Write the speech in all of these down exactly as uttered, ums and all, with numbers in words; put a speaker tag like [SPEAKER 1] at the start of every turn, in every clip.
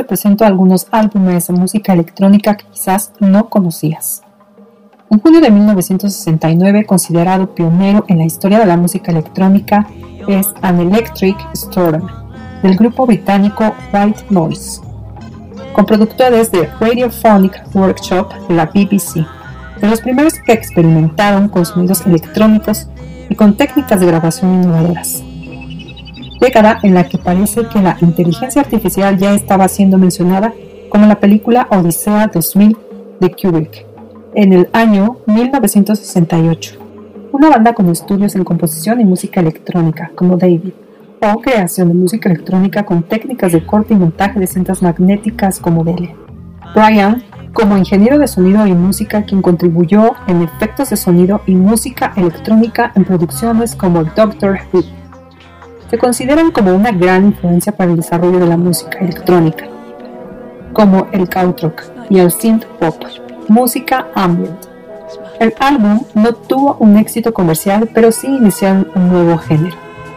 [SPEAKER 1] presento algunos álbumes de música electrónica que quizás no conocías. En junio de mil novecientos sesenta y nueve, considerado pionero en la historia de la música electrónica, es An Electric Storm, del grupo británico White Noise, con productores de Radiophonic Workshop de la B B C, de los primeros que experimentaron con sonidos electrónicos y con técnicas de grabación innovadoras. Década en la que parece que la inteligencia artificial ya estaba siendo mencionada, como en la película Odisea dos mil de Kubrick, en el año mil novecientos sesenta y ocho. Una banda con estudios en composición y música electrónica, como David, o creación de música electrónica con técnicas de corte y montaje de cintas magnéticas, como Dele. Brian, como ingeniero de sonido y música, quien contribuyó en efectos de sonido y música electrónica en producciones como Doctor Who. Se consideran como una gran influencia para el desarrollo de la música electrónica, como el krautrock y el synth pop, música ambient. El álbum no tuvo un éxito comercial, pero sí iniciaron un nuevo género.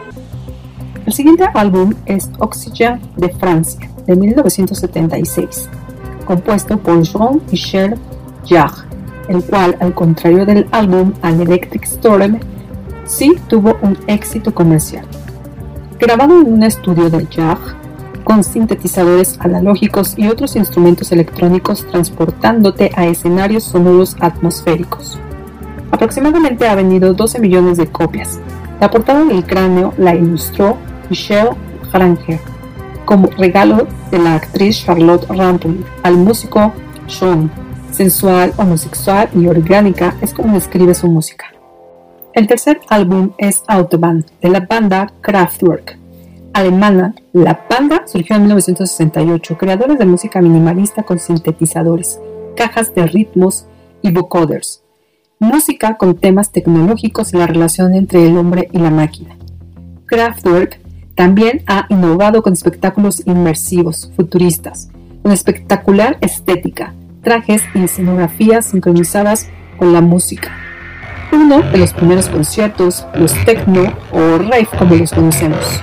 [SPEAKER 1] El siguiente álbum es Oxygen de Francia, de mil novecientos setenta y seis, compuesto por Jean-Michel Jarre, el cual, al contrario del álbum An Electric Storm, sí tuvo un éxito comercial. Grabado en un estudio de Jarre, con sintetizadores analógicos y otros instrumentos electrónicos, transportándote a escenarios sonoros atmosféricos. Aproximadamente ha vendido doce millones de copias. La portada del cráneo la ilustró Michel Granger, como regalo de la actriz Charlotte Rampling al músico Sean. Sensual, homosexual y orgánica es como describe su música. El tercer álbum es Autobahn, de la banda Kraftwerk. Alemana, la banda surgió en mil novecientos sesenta y ocho, creadores de música minimalista con sintetizadores, cajas de ritmos y vocoders. Música con temas tecnológicos y la relación entre el hombre y la máquina. Kraftwerk también ha innovado con espectáculos inmersivos, futuristas, con espectacular estética, trajes y escenografías sincronizadas con la música. Uno de los primeros conciertos, los techno o rave como los conocemos.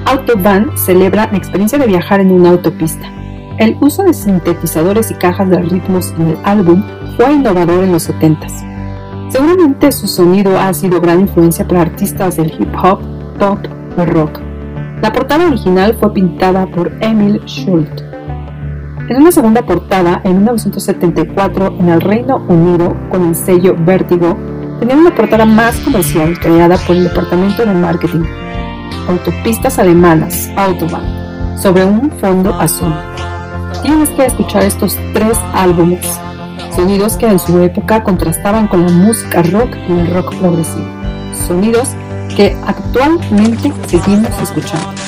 [SPEAKER 1] Autobahn celebra la experiencia de viajar en una autopista. El uso de sintetizadores y cajas de ritmos en el álbum fue innovador en los setentas. Seguramente su sonido ha sido gran influencia para artistas del hip hop, pop o rock. La portada original fue pintada por Emil Schult. En una segunda portada, en mil novecientos setenta y cuatro, en el Reino Unido, con el sello Vertigo, tenía una portada más comercial creada por el departamento de marketing, Autopistas Alemanas, Autobahn, sobre un fondo azul. Tienes que escuchar estos tres álbumes, sonidos que en su época contrastaban con la música rock y el rock progresivo, sonidos que actualmente seguimos escuchando.